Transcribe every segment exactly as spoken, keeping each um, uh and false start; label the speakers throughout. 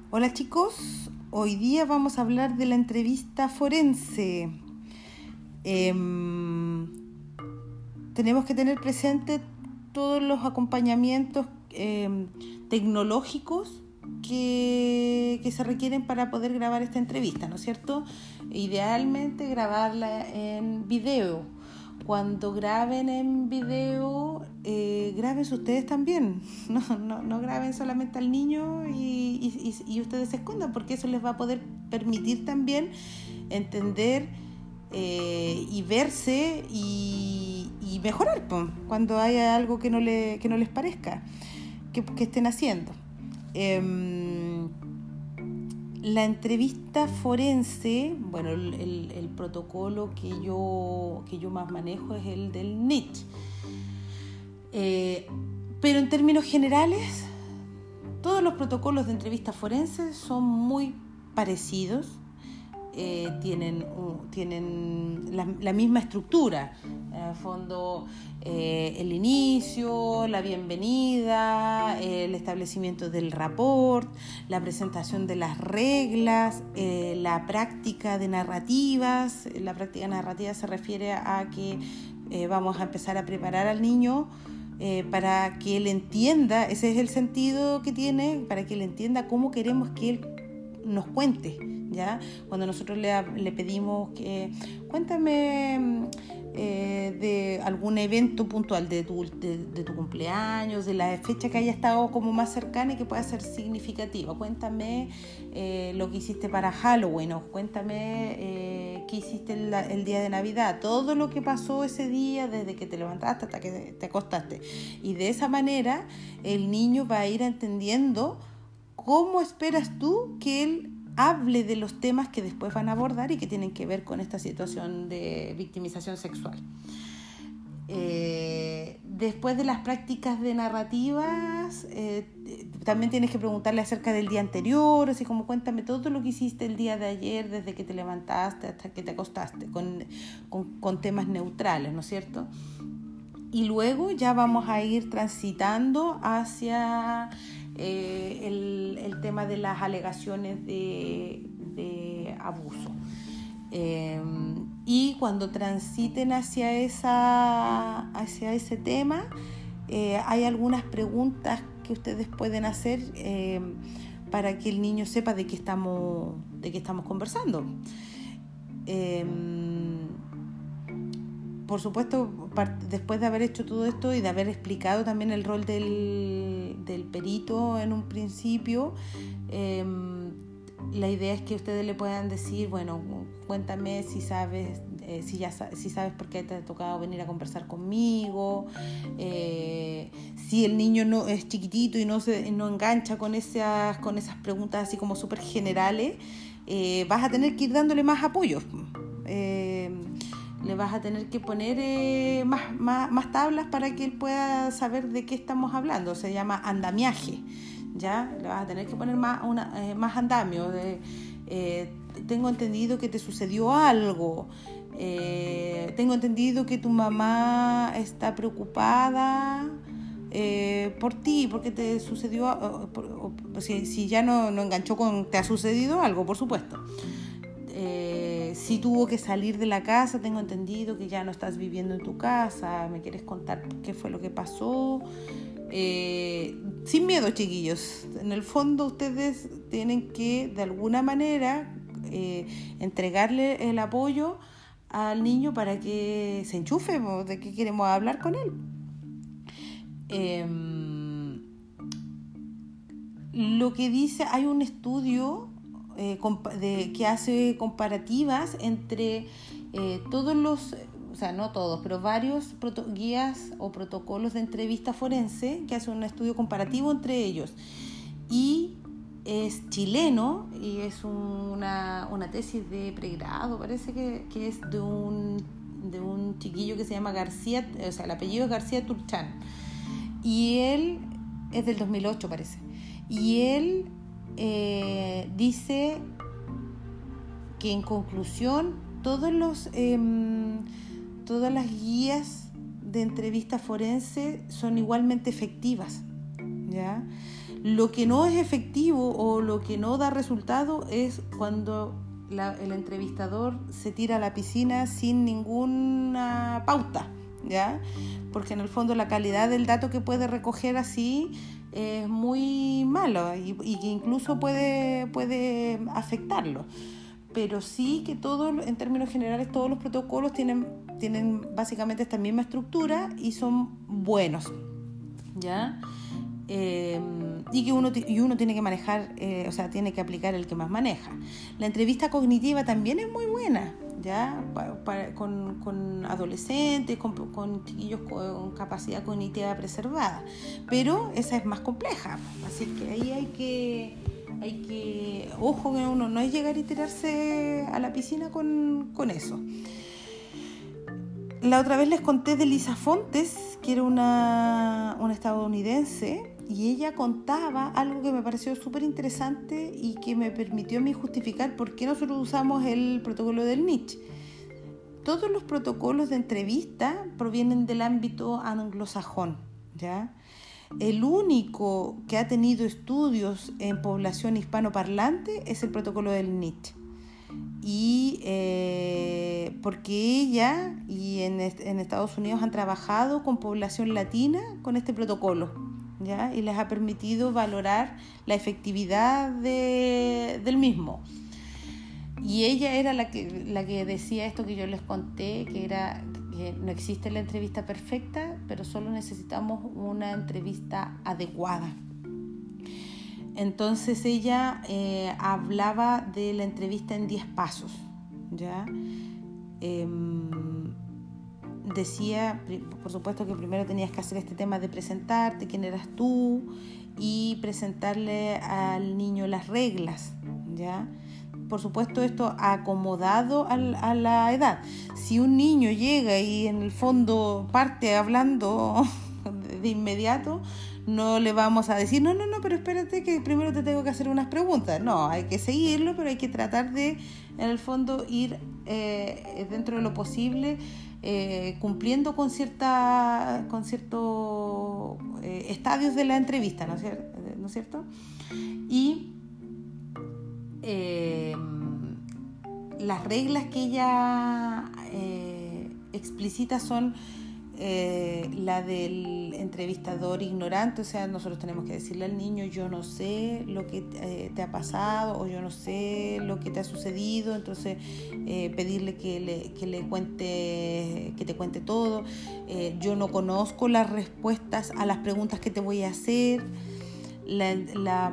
Speaker 1: Hola chicos, hoy día vamos a hablar de la entrevista forense. Eh, tenemos que tener presente todos los acompañamientos eh, tecnológicos que, que se requieren para poder grabar esta entrevista, ¿no es cierto? Idealmente grabarla en video. Cuando graben en video, eh, grábense ustedes también. No, no, no graben solamente al niño y, y, y ustedes se escondan, porque eso les va a poder permitir también entender eh, y verse y, y mejorar, pues, cuando haya algo que no, le, que no les parezca que, que estén haciendo. Eh, La entrevista forense, bueno, el, el, el protocolo que yo, que yo más manejo es el del N I T. Eh, pero en términos generales, todos los protocolos de entrevista forense son muy parecidos. Eh, tienen, uh, tienen la, la misma estructura, en el fondo eh, el inicio, la bienvenida, el establecimiento del rapport, la presentación de las reglas, eh, la práctica de narrativas. La práctica narrativa se refiere a que eh, vamos a empezar a preparar al niño eh, para que él entienda, ese es el sentido que tiene, para que él entienda cómo queremos que él nos cuente. ¿Ya? Cuando nosotros le, le pedimos que cuéntame eh, de algún evento puntual de tu, de, de tu cumpleaños, de la fecha que haya estado como más cercana y que pueda ser significativa, cuéntame eh, lo que hiciste para Halloween, o cuéntame eh, qué hiciste el, el día de Navidad, todo lo que pasó ese día desde que te levantaste hasta que te acostaste, y de esa manera el niño va a ir entendiendo cómo esperas tú que él hable de los temas que después van a abordar y que tienen que ver con esta situación de victimización sexual. Eh, después de las prácticas de narrativas, eh, también tienes que preguntarle acerca del día anterior, así como cuéntame todo lo que hiciste el día de ayer, desde que te levantaste hasta que te acostaste, con, con, con temas neutrales, ¿no es cierto? Y luego ya vamos a ir transitando hacia Eh, el, el tema de las alegaciones de, de abuso. Eh, y cuando transiten hacia, esa, hacia ese tema, eh, hay algunas preguntas que ustedes pueden hacer eh, para que el niño sepa de qué estamos, de qué estamos conversando. Eh, Por supuesto, después de haber hecho todo esto y de haber explicado también el rol del, del perito en un principio, eh, la idea es que ustedes le puedan decir, bueno, cuéntame si sabes, eh, si ya si sabes por qué te ha tocado venir a conversar conmigo, eh, si el niño no es chiquitito y no se no engancha con esas con esas preguntas así como súper generales, eh, vas a tener que ir dándole más apoyo. Eh, le vas a tener que poner eh, más, más, más tablas para que él pueda saber de qué estamos hablando. Se llama andamiaje, ¿ya? Le vas a tener que poner más, una, eh, más andamio. De, eh, tengo entendido que te sucedió algo. Eh, tengo entendido que tu mamá está preocupada eh, por ti, porque te sucedió, o, por, o, si, si ya no, no enganchó con te ha sucedido algo, por supuesto. Eh, si tuvo que salir de la casa, tengo entendido que ya no estás viviendo en tu casa, ¿me quieres contar qué fue lo que pasó? Eh, sin miedo, chiquillos, en el fondo ustedes tienen que de alguna manera eh, entregarle el apoyo al niño para que se enchufe, de qué queremos hablar con él. Eh, lo que dice, hay un estudio Eh, de, que hace comparativas entre eh, todos los, o sea, no todos, pero varios proto, guías o protocolos de entrevista forense, que hace un estudio comparativo entre ellos. Y es chileno y es una, una tesis de pregrado, parece que, que es de un, de un chiquillo que se llama García, o sea, el apellido es García Turchán. Y él es del dos mil ocho, parece. Y él Eh, dice que en conclusión todos los, eh, todas las guías de entrevista forense son igualmente efectivas, ¿ya? Lo que no es efectivo o lo que no da resultado es cuando la, el entrevistador se tira a la piscina sin ninguna pauta, ¿ya? Porque en el fondo la calidad del dato que puede recoger así es muy malo y, y que incluso puede, puede afectarlo. Pero sí que todos, en términos generales, todos los protocolos tienen, tienen básicamente esta misma estructura y son buenos, ¿ya? Eh, y que uno, y uno tiene que manejar, eh, o sea, tiene que aplicar el que más maneja. La entrevista cognitiva también es muy buena, ¿ya? Pa, pa, con, con adolescentes, con, con chiquillos con capacidad cognitiva preservada, pero esa es más compleja, así que ahí hay que, hay que, ojo, que uno no es llegar y tirarse a la piscina con, con eso. La otra vez les conté de Lisa Fontes, que era una, una estadounidense, y ella contaba algo que me pareció súper interesante y que me permitió a mí justificar por qué nosotros usamos el protocolo del Niche. Todos los protocolos de entrevista provienen del ámbito anglosajón, ¿ya? El único que ha tenido estudios en población hispanoparlante es el protocolo del Niche. Y eh, porque ella y en, en Estados Unidos han trabajado con población latina con este protocolo, ¿ya? Y les ha permitido valorar la efectividad de, del mismo. Y ella era la que, la que decía esto que yo les conté, que era que no existe la entrevista perfecta, pero solo necesitamos una entrevista adecuada. Entonces ella eh, hablaba de la entrevista en diez pasos, ¿ya? Eh, decía, por supuesto, que primero tenías que hacer este tema de presentarte, quién eras tú, y presentarle al niño las reglas, ¿ya? Por supuesto, esto acomodado al, a la edad. Si un niño llega y en el fondo parte hablando de inmediato, no le vamos a decir, no, no, no, pero espérate que primero te tengo que hacer unas preguntas. No, hay que seguirlo, pero hay que tratar de, en el fondo, ir eh, dentro de lo posible, eh, cumpliendo con cierta, con ciertos eh, estadios de la entrevista, ¿no es cierto? ¿No es cierto? Y eh, las reglas que ella eh, explicita son Eh, la del entrevistador ignorante, o sea, nosotros tenemos que decirle al niño, yo no sé lo que eh, te ha pasado o yo no sé lo que te ha sucedido, entonces eh, pedirle que le, que le cuente, que te cuente todo. Eh, yo no conozco las respuestas a las preguntas que te voy a hacer. La, la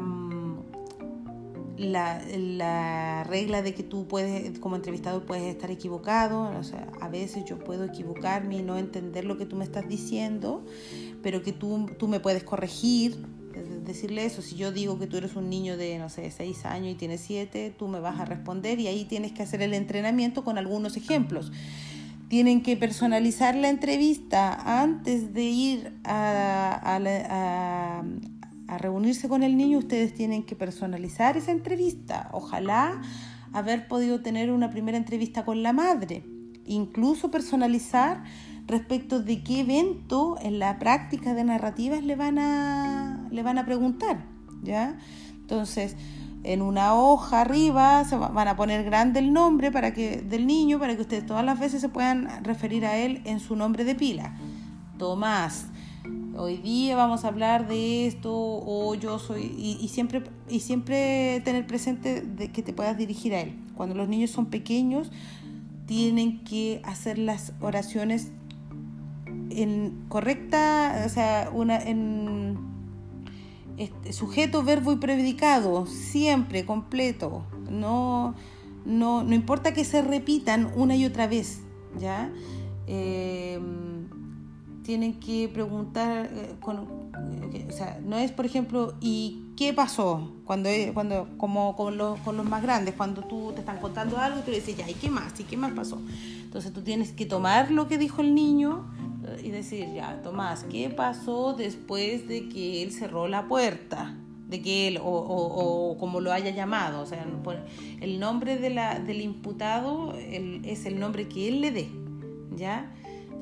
Speaker 1: La, la regla de que tú puedes, como entrevistador, puedes estar equivocado, o sea, a veces yo puedo equivocarme y no entender lo que tú me estás diciendo, pero que tú, tú me puedes corregir, decirle eso. Si yo digo que tú eres un niño de, no sé, seis años y tienes siete, tú me vas a responder y ahí tienes que hacer el entrenamiento con algunos ejemplos. Tienen que personalizar la entrevista antes de ir a, a, la, a a reunirse con el niño. Ustedes tienen que personalizar esa entrevista. Ojalá haber podido tener una primera entrevista con la madre, incluso personalizar respecto de qué evento en la práctica de narrativas le van a, le van a preguntar, ¿ya? Entonces, en una hoja arriba se van a poner grande el nombre para que, del niño, para que ustedes todas las veces se puedan referir a él en su nombre de pila. Tomás, hoy día vamos a hablar de esto, o yo soy, y, y siempre y siempre tener presente de que te puedas dirigir a él. Cuando los niños son pequeños, tienen que hacer las oraciones en correcta, o sea, una en este, sujeto, verbo y predicado, siempre completo. No, no, no importa que se repitan una y otra vez, ¿ya? Eh, tienen que preguntar, eh, con, eh, o sea, no es, por ejemplo, ¿y qué pasó? Cuando, cuando como con los, con los más grandes, cuando tú te están contando algo y tú le dices, ya, ¿y qué más? ¿Y qué más pasó? Entonces tú tienes que tomar lo que dijo el niño y decir, ya, Tomás, ¿qué pasó después de que él cerró la puerta? De que él, o, o, o como lo haya llamado, o sea, el nombre de la, del imputado el, es el nombre que él le dé, ¿ya?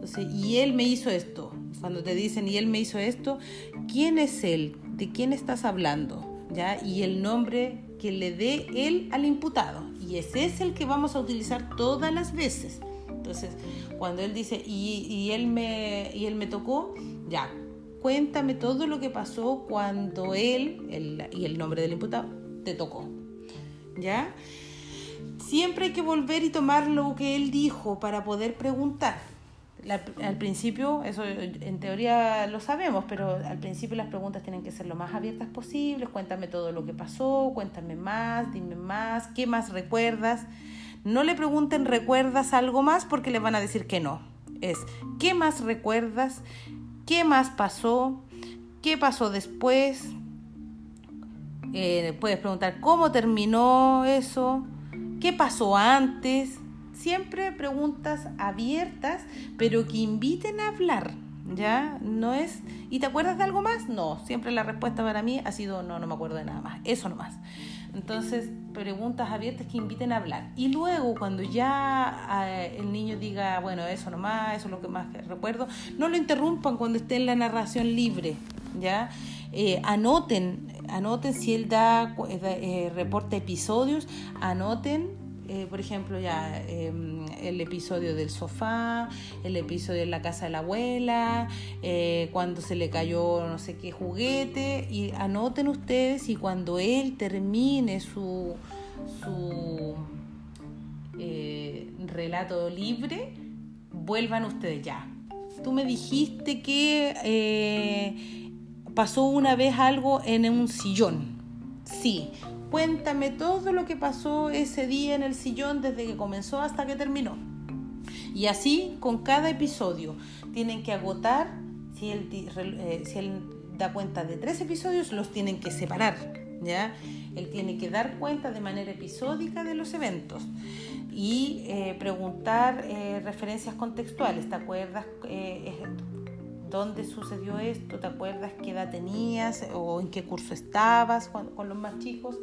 Speaker 1: Entonces, y él me hizo esto. Cuando te dicen, y él me hizo esto, ¿quién es él? ¿De quién estás hablando? ¿Ya? Y el nombre que le dé él al imputado. Y ese es el que vamos a utilizar todas las veces. Entonces, cuando él dice, y, y, él, me, y él me tocó, ya, cuéntame todo lo que pasó cuando él, el, y el nombre del imputado, te tocó. ¿Ya? Siempre hay que volver y tomar lo que él dijo para poder preguntar. La, al principio, eso en teoría lo sabemos, pero al principio las preguntas tienen que ser lo más abiertas posibles. Cuéntame todo lo que pasó, cuéntame más, dime más, ¿qué más recuerdas? No le pregunten ¿recuerdas algo más? Porque le van a decir que no. Es ¿qué más recuerdas? ¿Qué más pasó? ¿Qué pasó después? Eh, puedes preguntar ¿cómo terminó eso? ¿Qué pasó antes? Siempre preguntas abiertas, pero que inviten a hablar, ¿ya? No es, ¿y te acuerdas de algo más? No, siempre la respuesta para mí ha sido no, no me acuerdo de nada más, eso nomás. Entonces, preguntas abiertas que inviten a hablar. Y luego, cuando ya eh, el niño diga, bueno, eso nomás, eso es lo que más recuerdo, no lo interrumpan cuando esté en la narración libre, ¿ya? Eh, anoten, anoten si él da, eh, reporta episodios, anoten. Eh, por ejemplo, ya eh, el episodio del sofá, el episodio en la casa de la abuela, eh, cuando se le cayó no sé qué juguete, y anoten ustedes, y cuando él termine su, su eh, relato libre, vuelvan ustedes ya. Tú me dijiste que eh, pasó una vez algo en un sillón. Sí. Cuéntame todo lo que pasó ese día en el sillón desde que comenzó hasta que terminó. Y así con cada episodio. Tienen que agotar, si él, eh, si él da cuenta de tres episodios, los tienen que separar, ¿ya? Él tiene que dar cuenta de manera episódica de los eventos y eh, preguntar eh, referencias contextuales. ¿Te acuerdas eh, dónde sucedió esto? ¿Te acuerdas qué edad tenías o en qué curso estabas con, con los más chicos?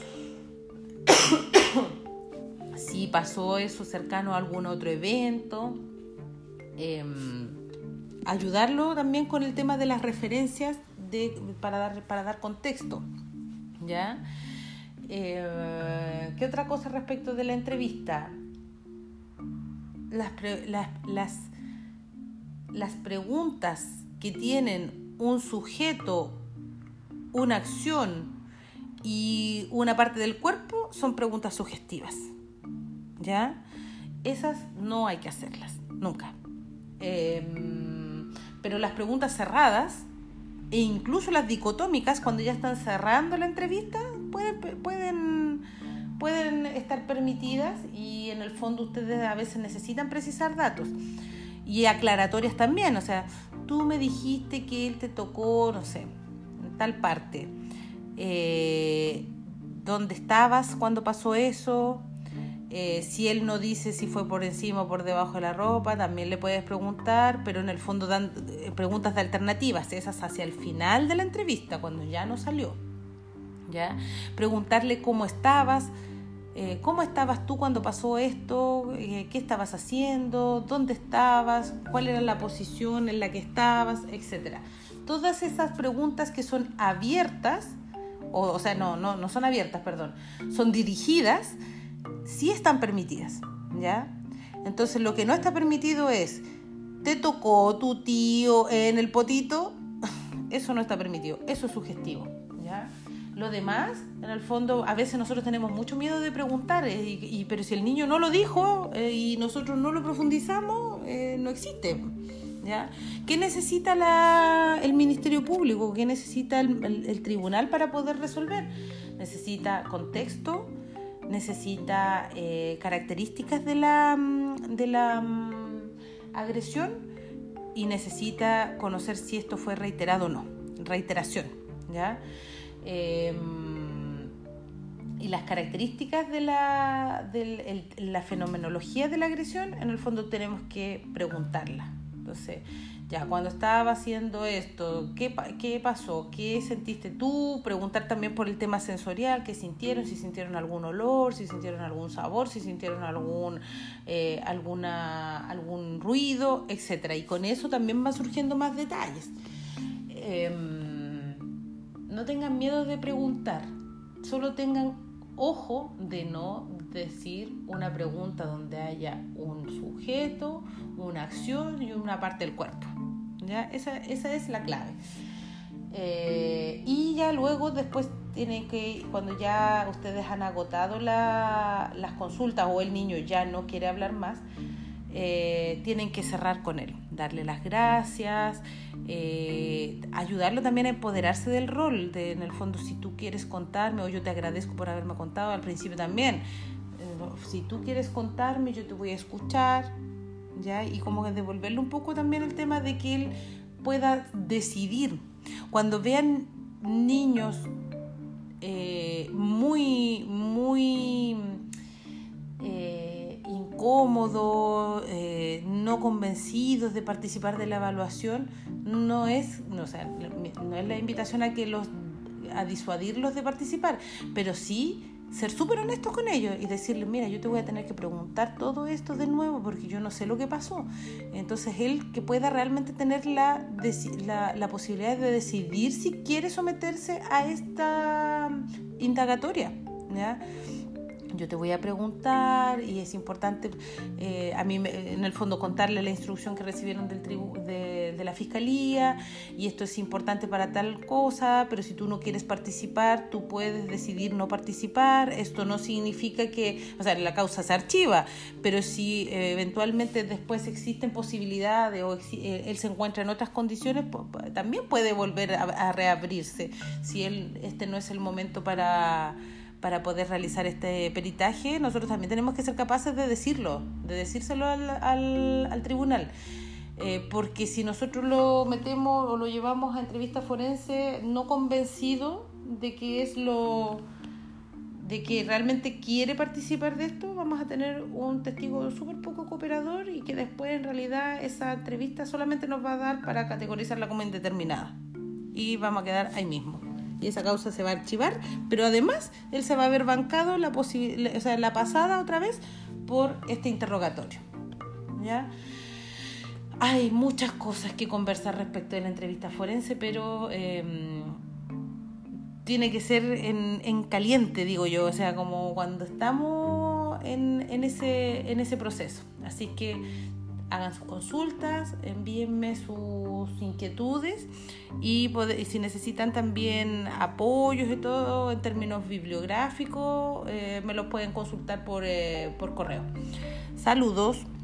Speaker 1: Si pasó eso cercano a algún otro evento. Eh, ayudarlo también con el tema de las referencias de, para, dar, para dar contexto, ¿ya? Eh, ¿Qué otra cosa respecto de la entrevista? Las, pre, las, las, las preguntas que tienen un sujeto, una acción y una parte del cuerpo son preguntas sugestivas, ¿ya? Esas no hay que hacerlas, nunca. Eh, pero las preguntas cerradas e incluso las dicotómicas, cuando ya están cerrando la entrevista, pueden, pueden, pueden estar permitidas, y en el fondo ustedes a veces necesitan precisar datos. Y aclaratorias también, o sea, tú me dijiste que él te tocó, no sé, en tal parte. Eh, ¿Dónde estabas cuando pasó eso? Eh, si él no dice si fue por encima o por debajo de la ropa, también le puedes preguntar, pero en el fondo dan eh, preguntas de alternativas, esas hacia el final de la entrevista, cuando ya no salió, ¿ya? Preguntarle cómo estabas, eh, cómo estabas tú cuando pasó esto, eh, qué estabas haciendo, dónde estabas, cuál era la posición en la que estabas, etcétera. Todas esas preguntas que son abiertas, o, o sea, no, no, no son abiertas, perdón, son dirigidas, sí están permitidas, ¿ya? Entonces lo que no está permitido es, ¿te tocó tu tío en el potito? Eso no está permitido, eso es sugestivo, ¿ya? Lo demás, en el fondo, a veces nosotros tenemos mucho miedo de preguntar, eh, y, y, pero si el niño no lo dijo eh, y nosotros no lo profundizamos, eh, no existe, ¿ya? ¿Qué necesita la, el Ministerio Público? ¿Qué necesita el, el, el tribunal para poder resolver? Necesita contexto, necesita eh, características de la, de la um, agresión, y necesita conocer si esto fue reiterado o no, reiteración, ¿ya? Eh, y las características de la, de la fenomenología de la agresión, en el fondo tenemos que preguntarla. Entonces, Ya, cuando estaba haciendo esto, ¿qué, qué pasó? ¿Qué sentiste tú? Preguntar también por el tema sensorial, ¿qué sintieron? Si sintieron algún olor, si sintieron algún sabor, si sintieron algún, eh, alguna, algún ruido, etcétera. Y con eso también van surgiendo más detalles. Eh, no tengan miedo de preguntar, solo tengan ojo de no decir una pregunta donde haya un sujeto, una acción y una parte del cuerpo. ¿Ya? Esa, esa es la clave. Eh, y ya luego después tienen que, cuando ya ustedes han agotado la, las consultas o el niño ya no quiere hablar más, eh, tienen que cerrar con él, darle las gracias, eh, ayudarlo también a empoderarse del rol, de, en el fondo, si tú quieres contarme o yo te agradezco por haberme contado, al principio también, eh, si tú quieres contarme yo te voy a escuchar, ¿ya? Y como que devolverle un poco también el tema de que él pueda decidir. Cuando vean niños eh, muy, muy eh, incómodos, eh, no convencidos de participar de la evaluación, no es, no, o sea, no es la invitación a que los, a disuadirlos de participar, pero sí ser súper honestos con ellos y decirles, mira, yo te voy a tener que preguntar todo esto de nuevo porque yo no sé lo que pasó. Entonces él que pueda realmente tener la, la, la posibilidad de decidir si quiere someterse a esta indagatoria, ¿ya? Yo te voy a preguntar y es importante eh, a mí en el fondo contarle la instrucción que recibieron del tribu, de, de la fiscalía y esto es importante para tal cosa, pero si tú no quieres participar tú puedes decidir no participar. Esto no significa que, o sea, la causa se archiva, pero si eh, eventualmente después existen posibilidades o ex, eh, él se encuentra en otras condiciones, pues, también puede volver a, a reabrirse si él, este no es el momento para para poder realizar este peritaje. Nosotros también tenemos que ser capaces de decirlo, de decírselo al, al, al tribunal, eh, porque si nosotros lo metemos o lo llevamos a entrevista forense no convencido de que es lo de que realmente quiere participar de esto, vamos a tener un testigo súper poco cooperador y que después en realidad esa entrevista solamente nos va a dar para categorizarla como indeterminada y vamos a quedar ahí mismo. Y esa causa se va a archivar, pero además él se va a ver bancado la, posibil- o sea, la pasada otra vez por este interrogatorio, ¿ya? Hay muchas cosas que conversar respecto de la entrevista forense, pero eh, tiene que ser en, en caliente, digo yo, o sea, como cuando estamos en, en, ese, en ese proceso. Así que hagan sus consultas, envíenme sus inquietudes y, poder, y si necesitan también apoyos y todo en términos bibliográficos, eh, me los pueden consultar por, eh, por correo. Saludos.